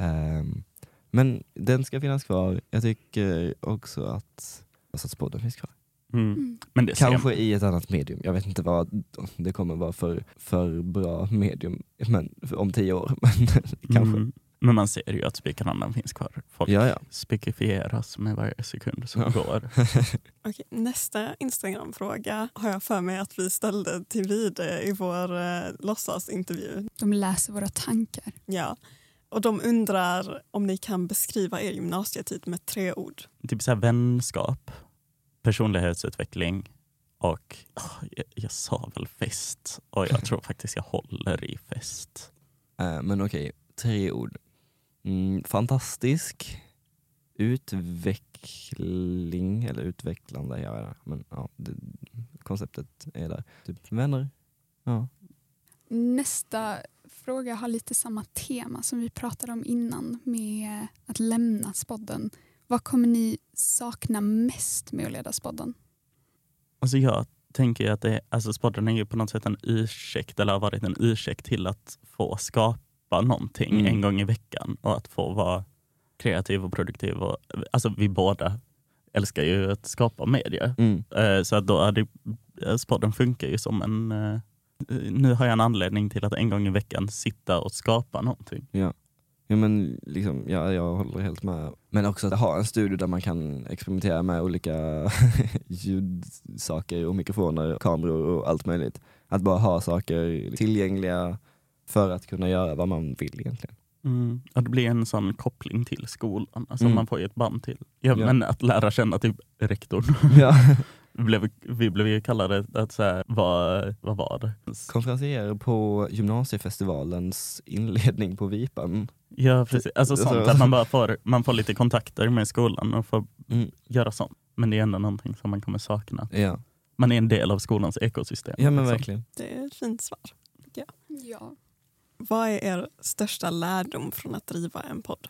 Men den ska finnas kvar. Jag tycker också att podden finns kvar. Men det kanske i ett annat medium. Jag vet inte vad det kommer vara för bra medium om 10 år. Men kanske. Men man ser ju att Spikenandan finns kvar. Folk spikifieras med varje sekund som går. Okej, nästa Instagram-fråga har jag för mig att vi ställde till Vide i vår låtsasintervju. De läser våra tankar. Ja, och de undrar om ni kan beskriva er gymnasietid med 3 ord. Typ så här vänskap, personlighetsutveckling och jag sa väl fest. Och jag tror faktiskt jag håller i fest. Men okej, 3 ord. Fantastisk, utveckling eller utvecklande, jag vet inte. Men ja, konceptet är där. Typ vänner. Ja. Nästa fråga har lite samma tema som vi pratade om innan med att lämna spodden. Vad kommer ni sakna mest med att leda spodden? Alltså jag tänker att spodden är ju på något sätt en ursäkt, eller har varit en ursäkt till att få skapa någonting en gång i veckan och att få vara kreativ och produktiv. Och, alltså vi båda älskar ju att skapa media. Så att då spodden funkar ju som en... nu har jag en anledning till att en gång i veckan sitta och skapa någonting. Ja men liksom, jag håller helt med. Men också att ha en studio där man kan experimentera med olika ljudsaker och mikrofoner, kameror och allt möjligt. Att bara ha saker tillgängliga för att kunna göra vad man vill egentligen. Att det blir en sån koppling till skolan. Alltså man får ju ett band till. Men att lära känna typ rektorn. Ja. Vi blev ju kallade att säga, vad var det? Konferenser på gymnasiefestivalens inledning på Vipan. Ja, precis. Alltså sånt att man får lite kontakter med skolan och får göra sånt. Men det är ändå någonting som man kommer sakna. Ja. Man är en del av skolans ekosystem. Ja, men liksom. verkligen. Det är ett fint svar. Ja. Vad är er största lärdom från att driva en podd?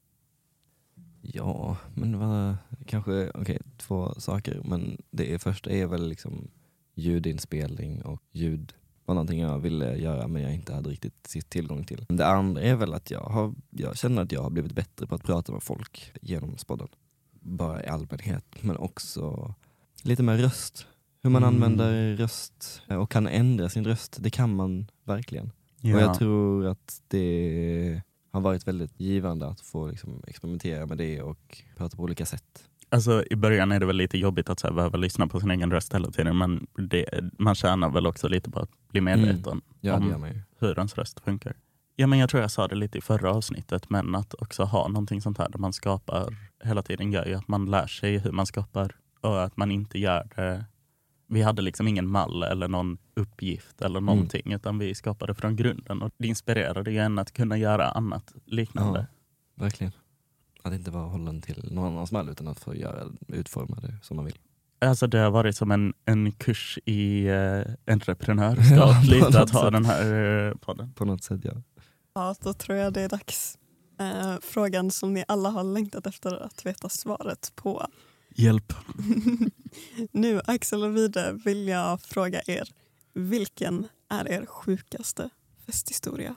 Ja, men kanske 2 saker. Men det första är väl liksom ljudinspelning och ljud var någonting jag ville göra men jag inte hade riktigt tillgång till. Det andra är väl att jag känner att jag har blivit bättre på att prata med folk genom podden. Bara i allmänhet, men också lite med röst. Hur man använder röst och kan ändra sin röst, det kan man verkligen. Ja. Och jag tror att det har varit väldigt givande att få liksom experimentera med det och prata på olika sätt. Alltså i början är det väl lite jobbigt att behöva lyssna på sin egen röst hela tiden, men man tjänar väl också lite på att bli medveten om hur ens röst funkar. Ja, men jag tror jag sa det lite i förra avsnittet, men att också ha någonting sånt här där man skapar hela tiden gör ju att man lär sig hur man skapar och att man inte gör det vi hade liksom ingen mall eller någon uppgift eller någonting, utan vi skapade från grunden. Och det inspirerade ju en att kunna göra annat liknande. Ja, verkligen. Att inte vara hållen till någon annans mall utan att få utforma det som man vill. Alltså det har varit som en kurs i entreprenörskap, lite att ha den här podden. På något sätt, ja. Ja, då tror jag det är dags. Frågan som ni alla har längtat efter att veta svaret på. Hjälp. Nu, Axel och Vide, vill jag fråga er. Vilken är er sjukaste festhistoria?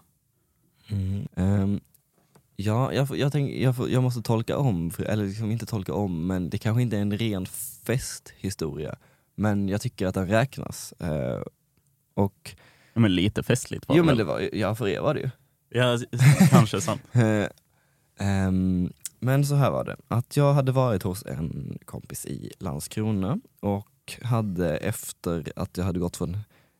Ja, jag måste tolka om, eller liksom inte tolka om, men det kanske inte är en ren festhistoria. Men jag tycker att den räknas. Och Men lite festligt var jo, det. men det var, ja, för er var det ju. Ja, kanske sant. Men så här var det, att jag hade varit hos en kompis i Landskrona och hade efter att jag hade gått från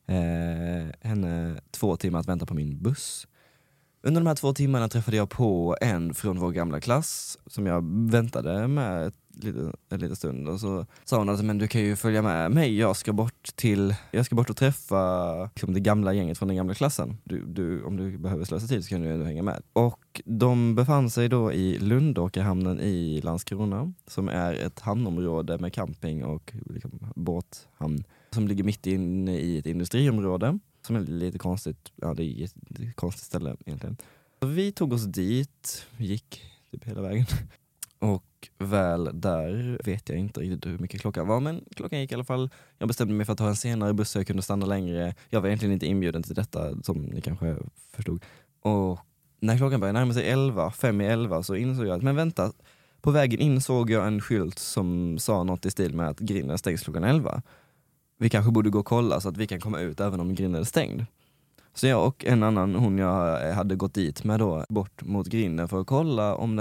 henne 2 timmar att vänta på min buss. Under de här 2 timmarna träffade jag på en från vår gamla klass som jag väntade med en liten stund, och så sa hon att men du kan ju följa med mig, jag ska bort och träffa liksom det gamla gänget från den gamla klassen. Om du behöver slösa tid så kan du ändå hänga med. Och de befann sig då i Lundåkerhamnen i Landskrona, som är ett hamnområde med camping och liksom båthamn som ligger mitt inne i ett industriområde. Som är lite konstigt, ja det är ett konstigt ställe egentligen. Så vi tog oss dit, gick typ hela vägen. Och väl där vet jag inte riktigt hur mycket klockan var, men klockan gick i alla fall. Jag bestämde mig för att ta en senare buss så jag kunde stanna längre. Jag var egentligen inte inbjuden till detta, som ni kanske förstod. Och när klockan började närma sig 5:11 så insåg jag att, men vänta, på vägen in såg jag en skylt som sa något i stil med att grinden stängs klockan 11. Vi kanske borde gå och kolla så att vi kan komma ut även om grinden är stängd. Så jag och en annan, hon jag hade gått dit med då, bort mot grinden för att kolla om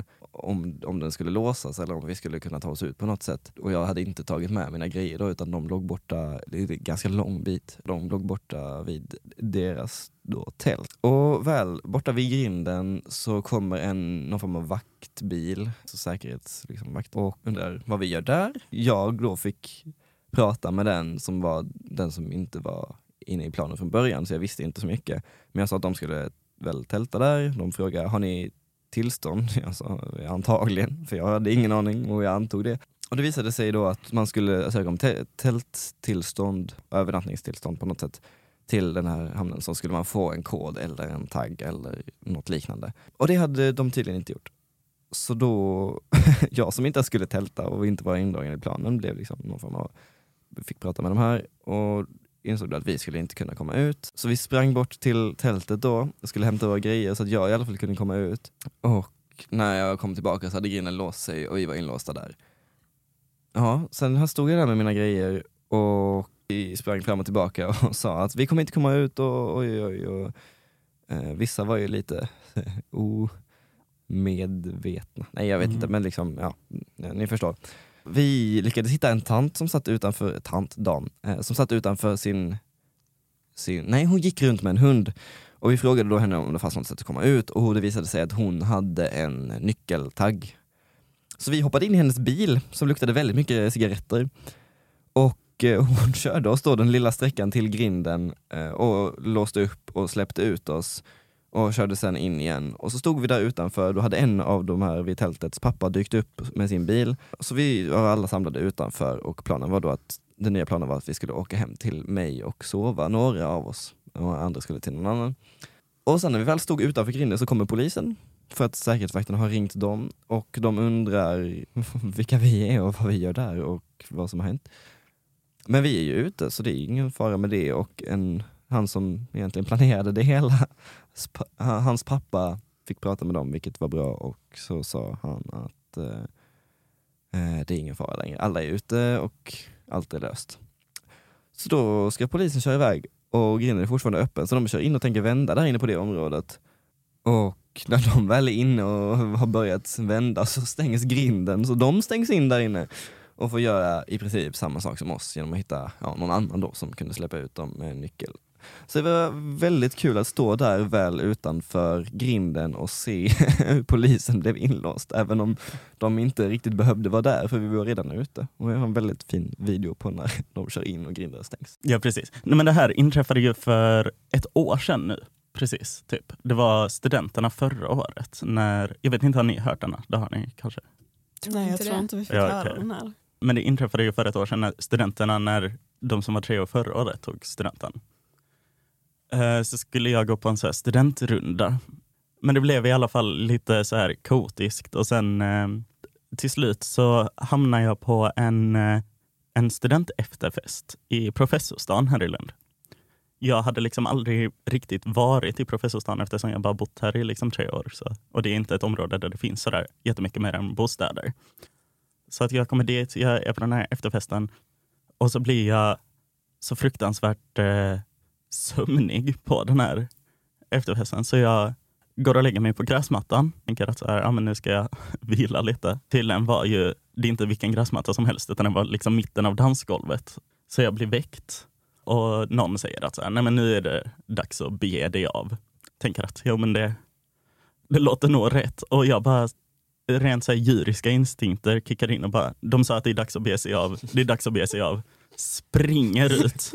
den skulle låsas eller om vi skulle kunna ta oss ut på något sätt. Och jag hade inte tagit med mina grejer då, utan de låg borta, det är en ganska lång bit, de låg borta vid deras då tält. Och väl borta vid grinden så kommer någon form av vaktbil, så säkerhetsvakt, och undrar vad vi gör där. Jag då fick prata med den som inte var inne i planen från början, så jag visste inte så mycket. Men jag sa att de skulle väl tälta där. De frågade, har ni tillstånd? Jag sa, antagligen, för jag hade ingen aning och jag antog det. Och det visade sig då att man skulle söka om tälttillstånd, övernattningstillstånd på något sätt till den här hamnen, så skulle man få en kod eller en tagg eller något liknande. Och det hade de tydligen inte gjort. Så då, jag som inte skulle tälta och inte var indragen i planen, blev liksom någon form av, fick prata med de här och insåg att vi skulle inte kunna komma ut. Så vi sprang bort till tältet då och skulle hämta våra grejer så att jag i alla fall kunde komma ut. Och när jag kom tillbaka så hade grinden låst sig och vi var inlåsta där. Ja, sen här stod jag där med mina grejer och vi sprang fram och tillbaka och sa att vi kommer inte komma ut och vissa var ju lite medvetna. Nej, jag vet inte, men liksom, ja, ni förstår. Vi lyckades hitta en tant som satt utanför, som satt utanför sin, nej, hon gick runt med en hund. Och vi frågade då henne om det fanns något sätt att komma ut, och det visade sig att hon hade en nyckeltagg. Så vi hoppade in i hennes bil som luktade väldigt mycket cigaretter. Och hon körde oss då den lilla sträckan till grinden och låste upp och släppte ut oss. Och körde sen in igen. Och så stod vi där utanför. Då hade en av de här vid tältets pappa dykt upp med sin bil. Så vi var alla samlade utanför. Och den nya planen var att vi skulle åka hem till mig och sova. Några av oss. Och andra skulle till någon annan. Och sen när vi väl stod utanför grinden så kommer polisen. För att säkerhetsvakten har ringt dem. Och de undrar vilka vi är och vad vi gör där. Och vad som har hänt. Men vi är ju ute, så det är ingen fara med det. Och han som egentligen planerade det hela, hans pappa fick prata med dem, vilket var bra, och så sa han att det är ingen fara längre. Alla är ute och allt är löst. Så då ska polisen köra iväg och grinden är fortfarande öppen, så de kör in och tänker vända där inne på det området. Och när de väl är inne och har börjat vända så stängs grinden, så de stängs in där inne och får göra i princip samma sak som oss genom att hitta någon annan då som kunde släppa ut dem med en nyckel. Så det var väldigt kul att stå där väl utanför grinden och se hur polisen blev inlåst, även om de inte riktigt behövde vara där, för vi var redan ute. Och jag har en väldigt fin video på när de kör in och grinden stängs. Ja, precis. Nej, men det här inträffade ju för 1 år sedan nu. Precis, typ. Det var studenterna förra året. Jag vet inte, har ni hört denna? Det har ni kanske. Nej, jag tror inte vi fick höra den här. Men det inträffade ju för 1 år sedan när studenterna, när de som var 3 år förra året tog studenten. Så skulle jag gå på en så här studentrunda. Men det blev i alla fall lite så här kaotiskt. Och sen till slut så hamnade jag på en studentefterfest i Professorstan här i Lund. Jag hade liksom aldrig riktigt varit i Professorstan eftersom jag bara bott här i liksom 3 år. Så. Och det är inte ett område där det finns så där jättemycket mer än bostäder. Så att jag kommer dit, jag är på den här efterfesten. Och så blir jag så fruktansvärt sömnig på den här efterfesten. Så jag går och lägger mig på gräsmattan. Tänker att så här, men nu ska jag vila lite. Tydligen var ju det inte vilken gräsmatta som helst, utan den var liksom mitten av dansgolvet. Så jag blir väckt. Och någon säger att så här, nej men nu är det dags att bege dig av. Tänker att men det låter nog rätt. Och jag bara, rent så här djuriska instinkter kickar in och bara, de sa att det är dags att bege sig av. Det är dags att bege sig av. Springer ut.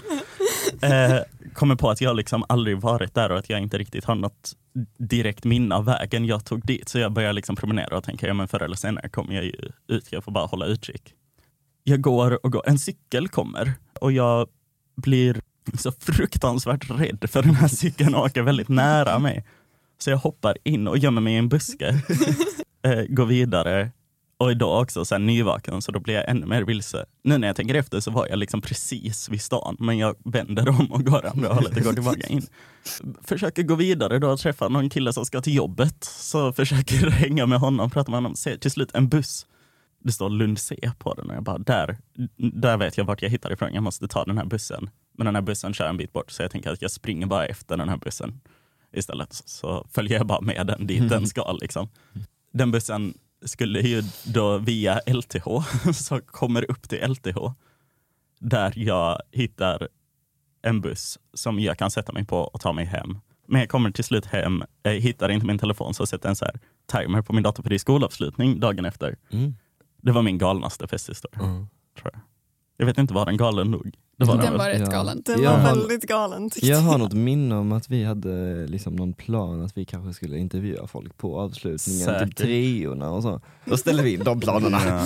Kommer på att jag liksom aldrig varit där och att jag inte riktigt har något direkt minne av vägen jag tog dit. Så jag börjar liksom promenera och tänker, men förr eller senare kommer jag ju ut. Jag får bara hålla utkik. Jag går och går. En cykel kommer och jag blir så fruktansvärt rädd för den här cykeln åker väldigt nära mig. Så jag hoppar in och gömmer mig i en buske. Går vidare. Och idag också så här nyvaken, så då blir jag ännu mer vilse. Nu när jag tänker efter så var jag liksom precis vid stan. Men jag vänder om och går andra hållet och går tillbaka in. Försöker gå vidare då och träffa någon kille som ska till jobbet. Så försöker hänga med honom, prata med honom. Ser till slut en buss. Det står Lund C på den och jag bara, där vet jag vart jag hittar ifrån. Jag måste ta den här bussen. Men den här bussen kör en bit bort, så jag tänker att jag springer bara efter den här bussen istället. Så följer jag bara med den dit den ska liksom. Den bussen skulle ju då via LTH, så kommer upp till LTH. Där jag hittar en buss som jag kan sätta mig på och ta mig hem. Men jag kommer till slut hem, jag hittar inte min telefon, så jag sätter en så här timer på min dator för det är skolavslutning dagen efter. Det var min galnaste festhistoria, tror jag. Jag vet inte, var den galen nog? Den var rätt galen. Den var väldigt galen, tyckte jag. har något minne om att vi hade liksom någon plan att vi kanske skulle intervjua folk på avslutningen. Säkert. Typ treorna och så. Då ställer vi in de planerna. Ja.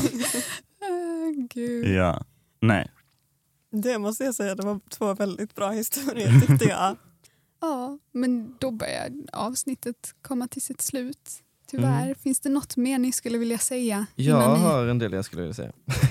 Gud. Ja, nej. Det måste jag säga, det var 2 väldigt bra historier, tyckte jag. Ja, men då börjar avsnittet komma till sitt slut. Tyvärr. Finns det något mer ni skulle vilja säga? Jag har en del jag skulle vilja säga.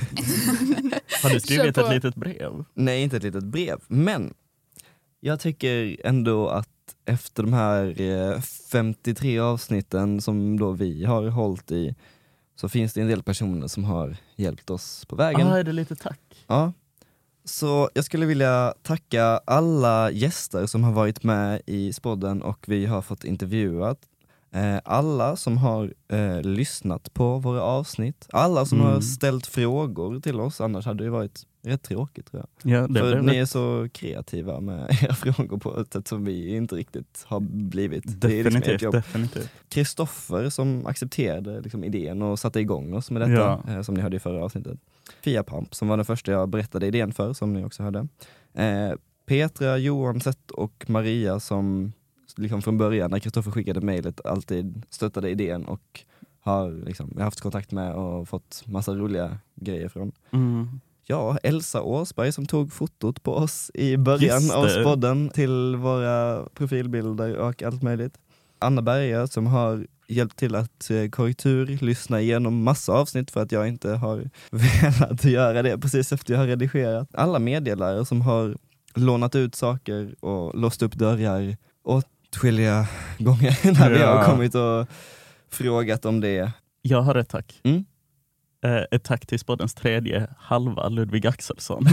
Har du skrivit ett litet brev? Nej, inte ett litet brev. Men jag tycker ändå att efter de här 53 avsnitten som då vi har hållit i, så finns det en del personer som har hjälpt oss på vägen. Är det lite tack? Ja. Så jag skulle vilja tacka alla gäster som har varit med i podden och vi har fått intervjuat. Alla som har lyssnat på våra avsnitt. Alla som har ställt frågor till oss. Annars hade det varit rätt tråkigt, tror jag. Ja, för ni är så kreativa med era frågor på ett sätt som vi inte riktigt har blivit. Definitivt. Kristoffer som accepterade liksom idén och satte igång oss med detta, som ni hörde i förra avsnittet. Fia Pamp som var den första jag berättade idén för, som ni också hörde. Petra, Johanset och Maria som liksom från början när Kristoffer skickade mejlet alltid stöttade idén och har liksom, haft kontakt med och fått massa roliga grejer från. Ja, Elsa Åsberg som tog fotot på oss i början av podden till våra profilbilder och allt möjligt. Anna Berga som har hjälpt till att lyssna igenom massa avsnitt för att jag inte har velat göra det precis efter jag har redigerat. Alla meddelare som har lånat ut saker och låst upp dörrar åtskilliga gånger när vi har kommit och frågat om det. Jag har ett tack. Ett tack till poddens 3:e halva, Ludvig Axelsson.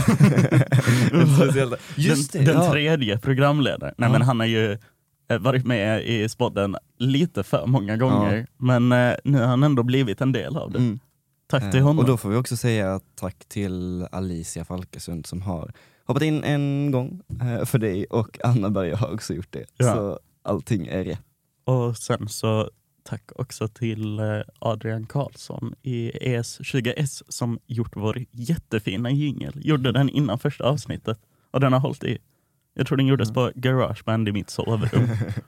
den 3:e programledaren. Nej, men han har ju varit med i podden lite för många gånger. Men nu har han ändå blivit en del av det. Tack till honom. Och då får vi också säga tack till Alicia Falkesund som har hoppat in en gång för dig och Anna-Berg har också gjort det. Ja. Så allting är rätt. Och sen så tack också till Adrian Karlsson i ES20S som gjort vår jättefina jingle. Gjorde den innan första avsnittet och den har hållit i. Jag tror den gjordes på GarageBand i mitt sovrum.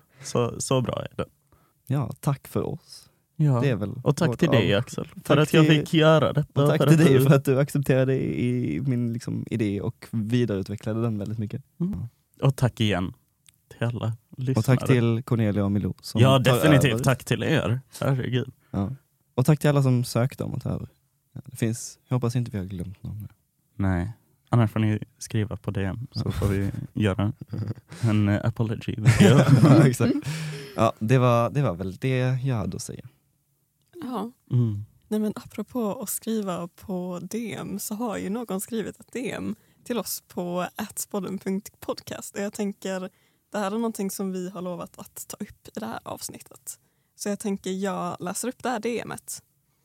Så bra är det. Ja, tack för oss. Ja. Det är väl och tack till dig Axel för tack att jag till- fick göra detta. Och tack för till att dig du- för att du accepterade i min liksom, idé och vidareutvecklade den väldigt mycket. Och tack igen till alla lyssnare. Och tack till Cornelia och Milou som Ja, tar definitivt. över. Tack till er. Herregud. Ja. Och tack till alla som sökte om att ta över. Ja, det finns, jag hoppas inte vi har glömt någon. Nej. Annars får ni skriva på DM så får vi göra en apology video. Ja, exakt. Ja, det var väl det jag hade att säga. Ja. Mm. Nej, men apropå att skriva på DM så har ju någon skrivit ett DM till oss på @spodden.podcast. Och jag tänker, det här är någonting som vi har lovat att ta upp i det här avsnittet. Så jag tänker jag läser upp det här DMet.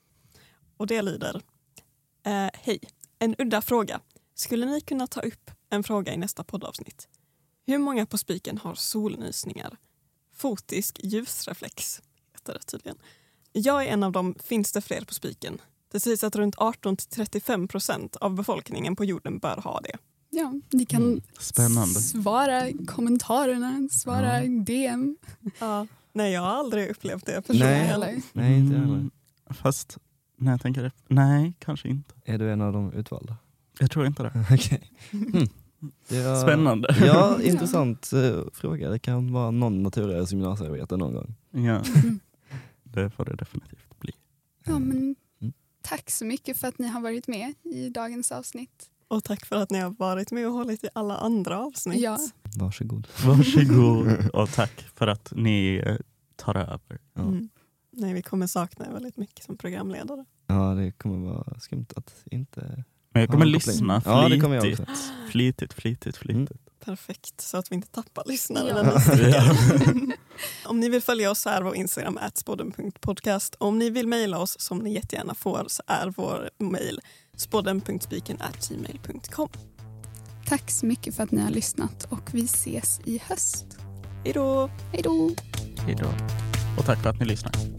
Och det lyder: hej, en udda fråga. Skulle ni kunna ta upp en fråga i nästa poddavsnitt? Hur många på Spiken har solnysningar? Fotisk ljusreflex heter det tydligen. Jag är en av dem. Finns det fler på Spiken? Det sägs att runt 18-35% av befolkningen på jorden bör ha det. Ja, ni kan Spännande. svara i kommentarerna, svara i DM. Ja. Nej, jag har aldrig upplevt det Nej. personligen. Eller? Nej, inte jag heller. Fast när jag tänker efter. Nej, kanske inte. Är du en av de utvalda? Jag tror inte det. Okej. Det var- Spännande. Ja, intressant fråga. Det kan vara någon naturligare gymnasiearbete någon gång. Ja. Det får det definitivt bli. Ja, men Mm. tack så mycket för att ni har varit med i dagens avsnitt. Och tack för att ni har varit med och hållit i alla andra avsnitt. Ja. Varsågod. Varsågod och tack för att ni tar över. Ja. Mm. Nej, vi kommer sakna er väldigt mycket som programledare. Ja, det kommer vara skumt att inte... Men jag kommer Ja, lyssna koppling. Ja, det kommer jag flitigt. också. Flitigt. Mm. Perfekt, så att vi inte tappar lyssnare. Ja. den nästa Ja. vecka. Om ni vill följa oss så är vår Instagram @spodden.podcast. Om ni vill mejla oss, som ni jättegärna får, så är vår mejl spodden.spiken@gmail.com. Tack så mycket för att ni har lyssnat och vi ses i höst. Hej då! Hej då! Hej då. Och tack för att ni lyssnar.